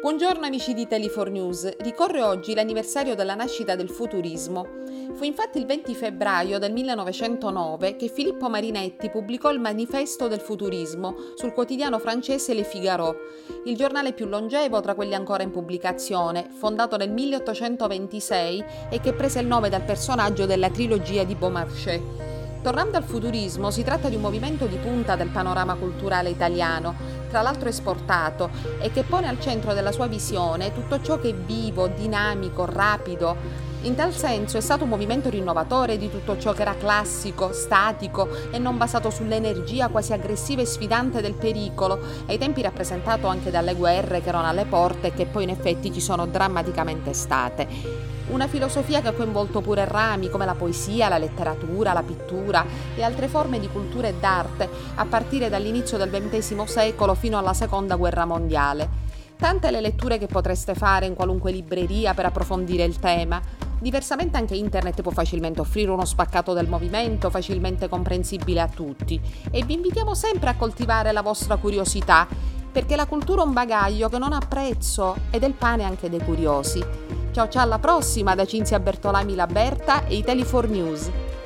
Buongiorno amici di Tele4 News, ricorre oggi l'anniversario della nascita del futurismo. Fu infatti il 20 febbraio del 1909 che Filippo Marinetti pubblicò il Manifesto del futurismo sul quotidiano francese Le Figaro, il giornale più longevo tra quelli ancora in pubblicazione, fondato nel 1826 e che prese il nome dal personaggio della trilogia di Beaumarchais. Tornando al futurismo, si tratta di un movimento di punta del panorama culturale italiano, tra l'altro esportato, e che pone al centro della sua visione tutto ciò che è vivo, dinamico, rapido. In tal senso è stato un movimento rinnovatore di tutto ciò che era classico, statico e non basato sull'energia quasi aggressiva e sfidante del pericolo, ai tempi rappresentato anche dalle guerre che erano alle porte e che poi in effetti ci sono drammaticamente state. Una filosofia che ha coinvolto pure rami come la poesia, la letteratura, la pittura e altre forme di cultura e d'arte, a partire dall'inizio del XX secolo fino alla Seconda Guerra Mondiale. Tante le letture che potreste fare in qualunque libreria per approfondire il tema. Diversamente anche internet può facilmente offrire uno spaccato del movimento, facilmente comprensibile a tutti. E vi invitiamo sempre a coltivare la vostra curiosità, perché la cultura è un bagaglio che non ha prezzo ed è il pane anche dei curiosi. Ciao, alla prossima da Cinzia Bertolami Laberta e i Tele4 News.